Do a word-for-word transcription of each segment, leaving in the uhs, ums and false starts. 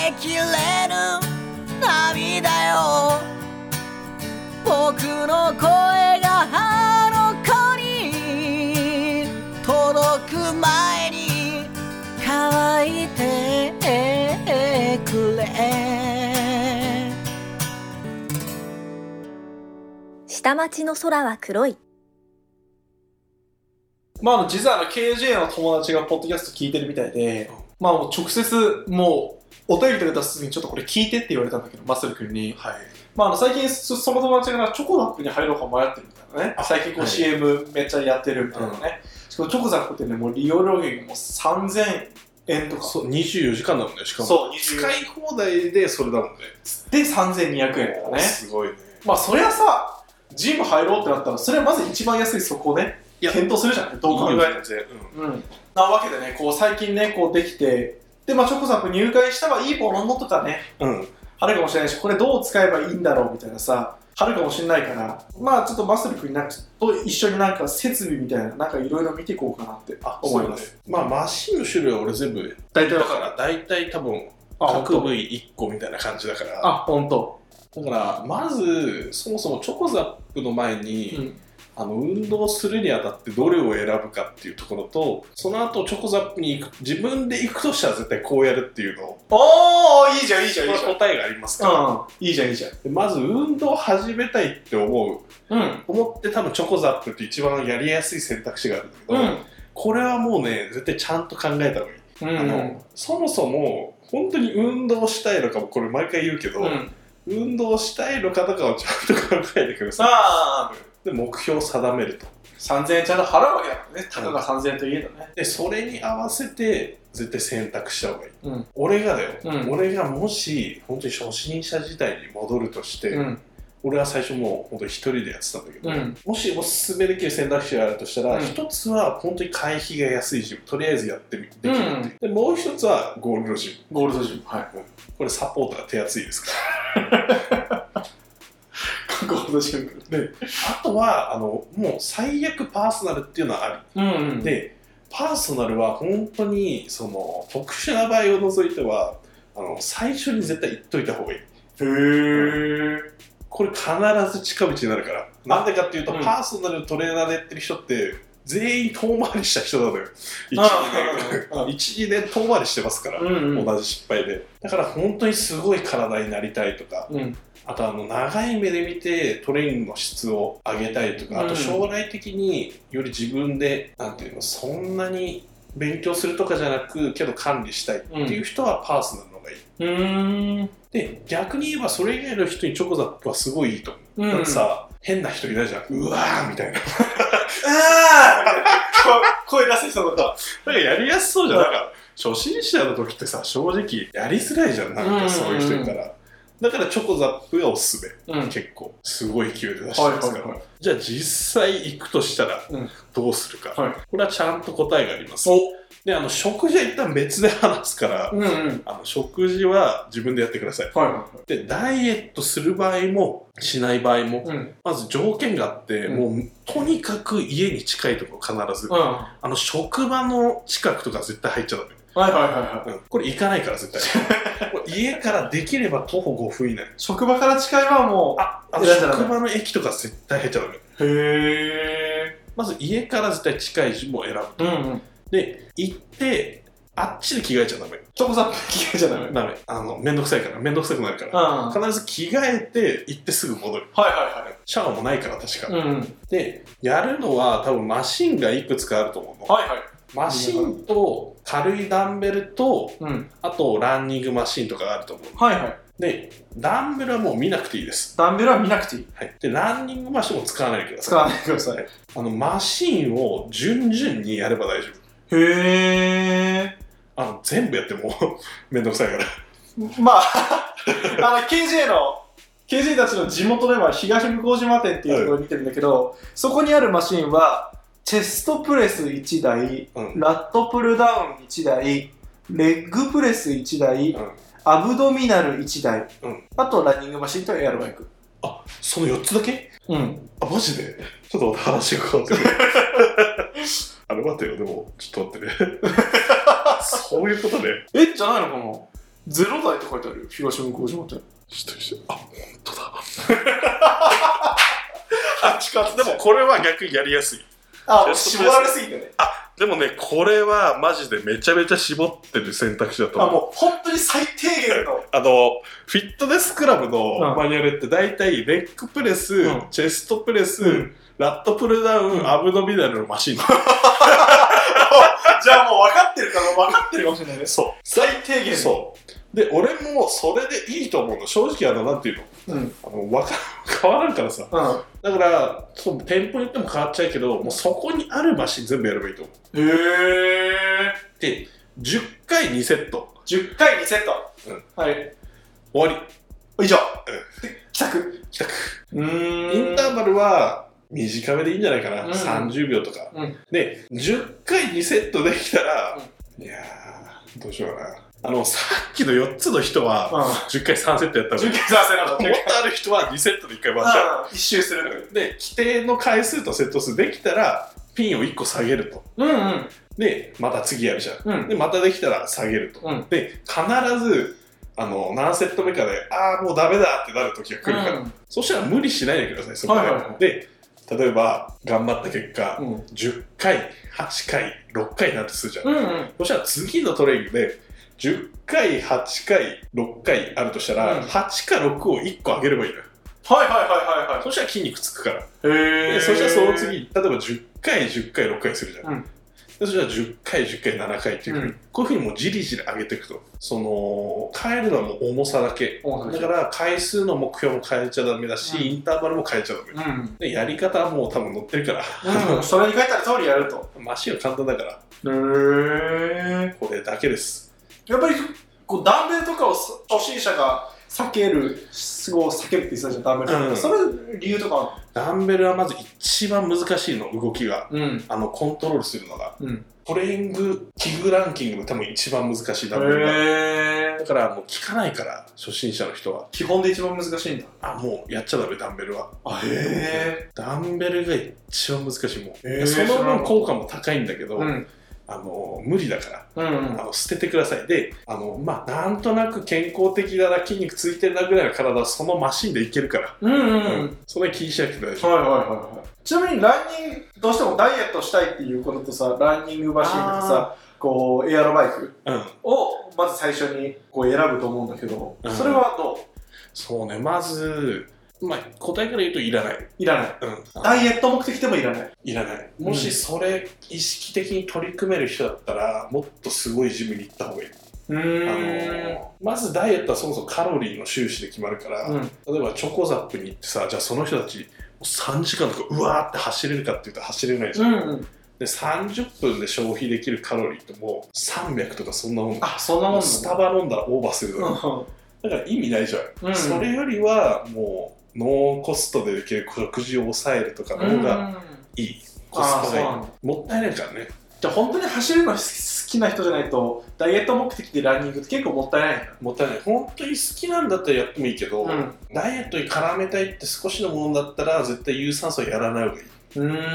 えきれぬ涙よ、僕の声があの子に届く前に乾いてくれ。 下町の空は黒い。 まあ、あの実はあの ケージェー の友達がポッドキャスト聞いてるみたいで、まあもう直接もうお便りとか出す時にちょっとこれ聞いてって言われたんだけど、マッスル君に、はい、まああの最近その友達がチョコザップに入ろうか迷ってるみたいなね。最近こう、はい、シーエム めっちゃやってるみたいなね。うん、しかもチョコザップってね、もう利用料金がもうさんぜんえんとか。 そう、にじゅうよじかんだもんね、しかも。 そう、 使い放題でそれだもんね。 でさんぜんにひゃくえんとかね。 すごいね。 まあそりゃさ、ジム入ろうってなったら、それはまず一番安いそこをね、検討するじゃない、どう考えても。うん。なわけでね、こう最近ね、こうできて、で、まあチョコザップ入会したはいいものとかね、うん、あるかもしれないし、これどう使えばいいんだろうみたいなさ、あるかもしれないから、まあちょっとマッスル君と一緒になんか設備みたいな、なんかいろいろ見ていこうかなって思います。 ね、まあマシンの種類は俺全部、大体だから、大体多分、各部位いっこみたいな感じだから。 あ、ほんと。 だから、まず、そもそもチョコザップの前に、うん、あの運動するにあたってどれを選ぶかっていうところと、その後チョコザップに行く、自分で行くとしたら絶対こうやるっていうのを。 おー、いいじゃんいいじゃんいいじゃん。 答えがありますから、 うん、いいじゃんいいじゃん。 でまず運動始めたいって思う、うん、思って多分チョコザップって一番やりやすい選択肢があるんだけど、うん、これはもうね絶対ちゃんと考えた方がいい。うん、あのそもそも本当に運動したいのかもこれ毎回言うけど、うん、運動したいのかとかをちゃんと考えてください。あで目標を定めると。 さんぜんえんちゃんと払うわけだからね。たかがさんぜんえんといえどね。 で、それに合わせて絶対選択した方がいい。うん、俺がだよ、うん、俺がもし本当に初心者時代に戻るとして、うん、俺は最初もう本当に一人でやってたんだけど、うん、もしおすすめできる選択肢があるとしたら、一、うん、つは本当に会費が安いジム、とりあえずやってみてできるっていう、うん、でもう一つはゴールドジム。 ゴールドジム。はい。 うん、これサポートが手厚いですから。ゴールドジムで、あとはあのもう最悪パーソナルっていうのはあり、うんうん、でパーソナルは本当にその特殊な場合を除いてはあの最初に絶対言っといた方がいい。へー。これ必ず近道になるから。なんでかっていうと、うん、パーソナルトレーナーでやってる人って全員遠回りした人なのよ。いち、にねん遠回りしてますから、うんうん、同じ失敗で。だから本当にすごい体になりたいとか、うん、あとあの長い目で見てトレーニングの質を上げたいとか、あと将来的により自分でなんていうのそんなに勉強するとかじゃなくけど管理したいっていう人はパーソナルの方がいい。うーんで逆に言えばそれ以外の人にチョコザップはすごいいいと思う。うん、だってさ変な人いないじゃん。うわーみたいな。あー声出せ人とか。だからやりやすそうじゃん。なんか初心者の時ってさ正直やりづらいじゃん。なんかそういう人いたら。だからチョコザップがおすすめ、うん、結構すごい勢いで出してますから、はいはいはい、じゃあ実際行くとしたらどうするか、うんはい、これはちゃんと答えがあります。であの食事は一旦別で話すから、うんうん、あの食事は自分でやってください、はいはいはい、でダイエットする場合もしない場合も、うん、まず条件があって、うん、もうとにかく家に近いところ必ず、うん、あの職場の近くとか絶対入っちゃダメ。はいはいはいはい、うん、これ行かないから絶対これ家からできれば徒歩ごふん以内。 職場から近いはもうああの職場の駅とか絶対入っちゃダメ。へえ。 まず家から絶対近いジムを選ぶと、うんうん、で行ってあっちで着替えちゃダメ。 チョコザップ着替えちゃダメ。 ダメ。あのめんどくさいからめんどくさくなるから、うん、必ず着替えて行ってすぐ戻る。はいはいはい。シャワーもないから確か、うんうん、でやるのは多分マシンがいくつかあると思うの。はいはい。マシンと軽いダンベルと、うん、あとランニングマシンとかがあると思う。はいはい。で、ダンベルはもう見なくていいです。 ダンベルは見なくていい。 はい。で、ランニングマシンも使わないでください。 使わないでください。 あの、マシンを順々にやれば大丈夫。 へー。 あの、全部やってもめんどくさいから。 まあ、あの、ケージェー の、ケージェー たちの地元では東向島店っていうところを見てるんだけど、はい、そこにあるマシンは、チェストプレスいちだい、うん、ラットプルダウンいちだい、レッグプレスいちだい、うん、アブドミナルいちだい、うん、あとランニングマシンとエアロバイク。 あ、そのよっつだけ？うん。あ、マジで？ちょっと話が変わってる。あれ待ってよ、でも、ちょっと待ってね。そういうことね。 え、じゃないのかな？ ゼロ台って書いてあるよ、東向島店。 知ってる人。あ、ほんとだ。 はちかつでもこれは逆にやりやすい。 あ、絞られすぎてね。 あ、でもね、これはマジでめちゃめちゃ絞ってる選択肢だと思う。 あ、もう本当に最低限の。 あの、フィットネスクラブのマニュアルって大体レッグプレス、うん、チェストプレス、うん、ラットプルダウン、うん、アブドミナルのマシン。じゃあもう分かってるから分かってるかもしれないね。 そう。 最低限。 そう。で、俺もそれでいいと思うの。正直あの、なんていうの、うん、あのわか変わらんからさ。うん、だから、そう店舗によっても変わっちゃうけど、もうそこにあるマシン全部やればいいと思う。 へー。 で、じゅっかいにセット。 じゅっかいにセット。うん。はい。 終わり。 以上。 うん。 帰宅。 帰宅。うーん。インターバルは短めでいいんじゃないかな。うん、さんじゅうびょうとか。うん。で、じゅっかいにセットできたら、うん、いやー、どうしようかな。あの、さっきのよっつの人は、じゅっかいさんセットやったの。 じゅっかいさんセット。 もっとある人はにセットでいっかい回っちゃう。 一周する。 で、規定の回数とセット数できたら、ピンをいっこ下げると。 うんうん。 で、また次やるじゃん。 うん、 で、またできたら下げると。うん、で、必ず、あの、何セット目かで、ああ、もうダメだってなる時が来るから、うん、そしたら無理しないでください、そこで。はいはいはい、で、例えば、頑張った結果、うん、じゅっかい、はちかい、ろっかいになるとするじゃん。うんうん、そしたら次のトレーニングで、じゅっかい、はちかい、ろっかいあるとしたら、うん、はちかろくをいっこ上げればいいのよ。 はいはいはいはいはい。 そしたら筋肉つくから。 へー。 で、そしたらその次、例えばじゅっかい、じゅっかい、ろっかいするじゃん。うん、でそしたらじゅっかい、じゅっかい、ななかいっていうふうに、うん、こういうふうにもうじりじり上げていくと。その、変えるのはもう重さだけ。だから回数の目標も変えちゃダメだし、うん、インターバルも変えちゃダメ。うん、で、やり方はもう多分乗ってるから。 うん、それに書いてある通りやると。 マシンは簡単だから。 へー。 これだけです。 やっぱり、こうダンベルとかを初心者が避ける、すごい避けるって言ってたじゃん、ダンベルとか、うん、それ理由とかダンベルはまず一番難しいの、動きが、うん、あのコントロールするのが、うん、トレーニング器具ランキングの多分一番難しいダンベルが。へー。だからもう効かないから、初心者の人は基本で一番難しいんだ。 あ、もうやっちゃダメ、ダンベルは。 あ、へー。 ダンベルが一番難しい。もうその分効果も高いんだけど、うん、あの無理だから、うんうん、あの捨ててください。で、あのまあなんとなく健康的だな、筋肉ついてるなぐらいの体はそのマシンでいけるから、うんうんうんうん、それ気にしなくて大丈夫。はいはいはいはい。 ちなみにランニングどうしてもダイエットしたいっていうこととさ、ランニングマシンとかさ、こうエアロバイクをまず最初にこう選ぶと思うんだけど、うん、それはどう？ そうね、まずまあ、答えから言うといらない。 いらない。うん。ダイエット目的でもいらない。 いらない。もしそれ意識的に取り組める人だったら、もっとすごいジムに行った方がいい。うーん。あのまずダイエットはそもそもカロリーの収支で決まるから、うん、例えばチョコザップに行ってさ、じゃあその人たちさんじかんとかうわーって走れるかって言ったら走れないじゃん。うんうん、でさんじゅっぷんで消費できるカロリーってもうさんびゃくとかそんなもん。 あ、そんなもん。 スタバ飲んだらオーバーするだろ。だから意味ないじゃん。うんうん、それよりはもうノーコストでできる食事を抑えるとかの方がいい。コストがいい。もったいないからね。 じゃあ本当に走るの好きな人じゃないとダイエット目的でランニングって結構もったいないんだ。 もったいない。本当に好きなんだったらやってもいいけど、うん、ダイエットに絡めたいって少しのものだったら絶対有酸素やらない方がいい。うーん、うん、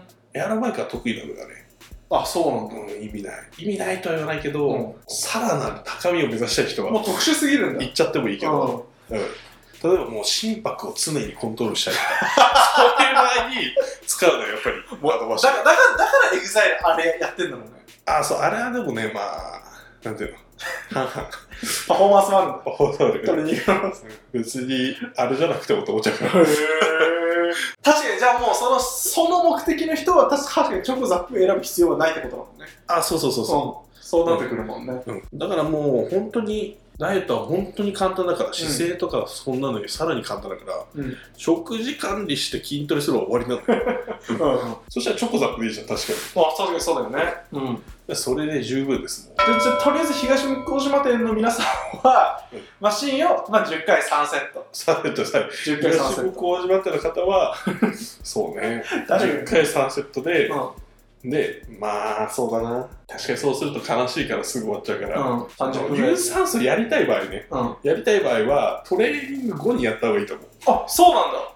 エアロバイクは得意なのがね。 あ、そうなんだ、 うん、意味ない意味ないとは言わないけど、うん、さらなる高みを目指したい人はもう特殊すぎるんだ。 行っちゃってもいいけど、うん、うん、例えばもう心拍を常にコントロールしたいとかそういう場合に使うのよ、やっぱり。 もうだからだからだからエグザイルあれやってんだろうね。 あ、そう、あれはでもね、まあなんていうのパフォーマンスもあるんだ。 パフォーマンスもある。別にあれじゃなくてもと思っちゃうから。 確かに、じゃあもうそのその目的の人は確かにチョコザップ選ぶ必要はないってことだもんね。 あ、そうそうそうそう、 うん、そうなってくるもんね、 うんうん、だからもう本当にダイエットは本当に簡単だから、姿勢とかそんなのにさらに簡単だから、うん、食事管理して筋トレするのは終わりなのよ、うん、そしたらチョコザップでいいじゃん。確かに。 あ、確かにそうだよね、 うん、それで十分ですもん。 で、じゃあとりあえず東向島店の皆さんは、うん、マシンを、まあ、じゅっかいさんセットさんセットさじゅっかいさんセット。 東向島店の方はそうねじゅっかいさんセットで、うんで、まあそうだな。確かにそうすると悲しいからすぐ終わっちゃうから、うん、さんじゅっぷん有酸素やりたい場合ね、うん、やりたい場合はトレーニング後にやった方がいいと思う。 あ、そうなんだ。 うん。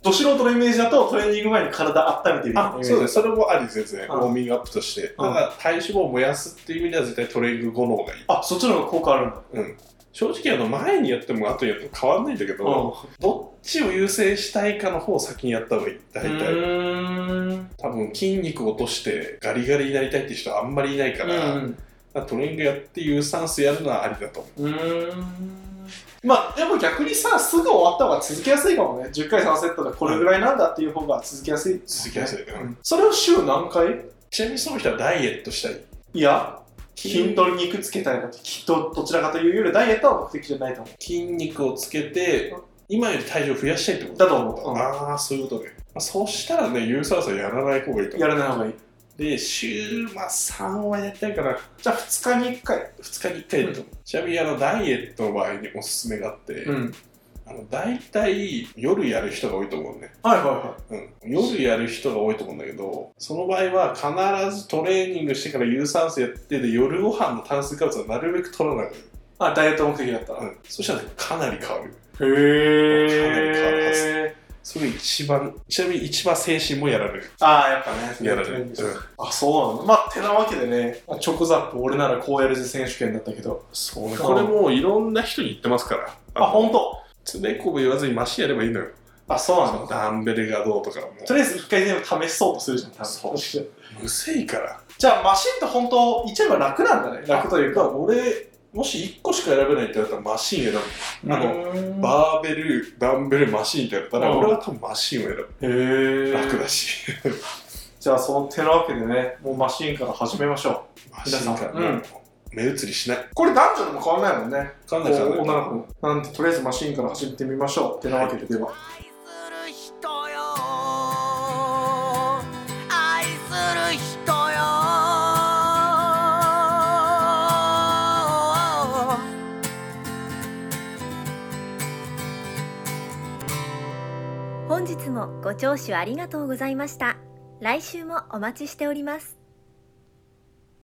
ど素人のイメージだとトレーニング前に体温めてみたいなイメージ。 あ、そうです。それもあり全然、 うんウォーミングアップとして。ただ、体脂肪を燃やすっていう意味では絶対トレーニング後の方がいい。 あ、そっちの方が効果あるんだ。 うん。正直あの前にやっても後にやっても変わんないんだけど、うん、どっちを優先したいかの方を先にやった方がいい。大体。うーん。多分筋肉を落としてガリガリになりたいっていう人はあんまりいないから、うん、からトレーニングやって有酸素やるのはありだと思う。うーん。 まあでも逆にさ、すぐ終わった方が続けやすいかもね。じゅっかいさんセットでこれぐらいなんだっていう方が続けやすい、ね。 続けやすい。うん。 それを週何回？ ちなみにその人はダイエットしたい？ いや、筋トレ肉つけたいなって、きっとどちらかというよりダイエットは目的じゃないと思う。 筋肉をつけて、今より体重を増やしたいってことだと思う。 うん、ああ、そういうことね。まあ、そうしたらね、有酸素やらない方がいいと思う。 やらない方がいい。 で、週、まあ、さんはやりたいかな。 じゃあふつかにいっかい。 ふつかにいっかいだと思う。うん、ちなみにあのダイエットの場合におすすめがあって、うん、あの大体夜やる人が多いと思うね。 はいはいはい。 うん。夜やる人が多いと思うんだけど、その場合は必ずトレーニングしてから有酸素やってで、夜ご飯の炭水化物はなるべく取らない方がいい。 あ、ダイエット目的だったら。 うん。そしたら、ね、かなり変わる。 へー。 かなり変わるはず。それ一番、ちなみに一番精神もやられる。 ああ、やっぱね。 やられる。うん、 あ、そうなの。まあ、てなわけでね、チョコザップ、俺ならこうやるぜ選手権だったけど。 そうね。これもういろんな人に言ってますから。 あ、ほんと？ つべこべ言わずにマシンやればいいのよ。 あ、そうなの。 ダンベルがどうとかも。 とりあえず一回全部試そうとするじゃん、多分。 そう。むせいから。 じゃあ、マシンって本当、言っちゃえば楽なんだね。楽というか。 俺、もしいっこしか選べないって言われたらマシン選ぶ。あの、バーベル、ダンベル、マシンって言われたら、俺は多分マシンを選ぶ。へー。楽だし。 じゃあ、その手なわけでね、もうマシンから始めましょう。マシンから。うん。目移りしない。 これ男女でも変わんないもんね。 変わんない変わんない。 女の子も。なんで、とりあえずマシンから始めてみましょう。手なわけで、では。愛する人よ。 本日もご聴取ありがとうございました。来週もお待ちしております。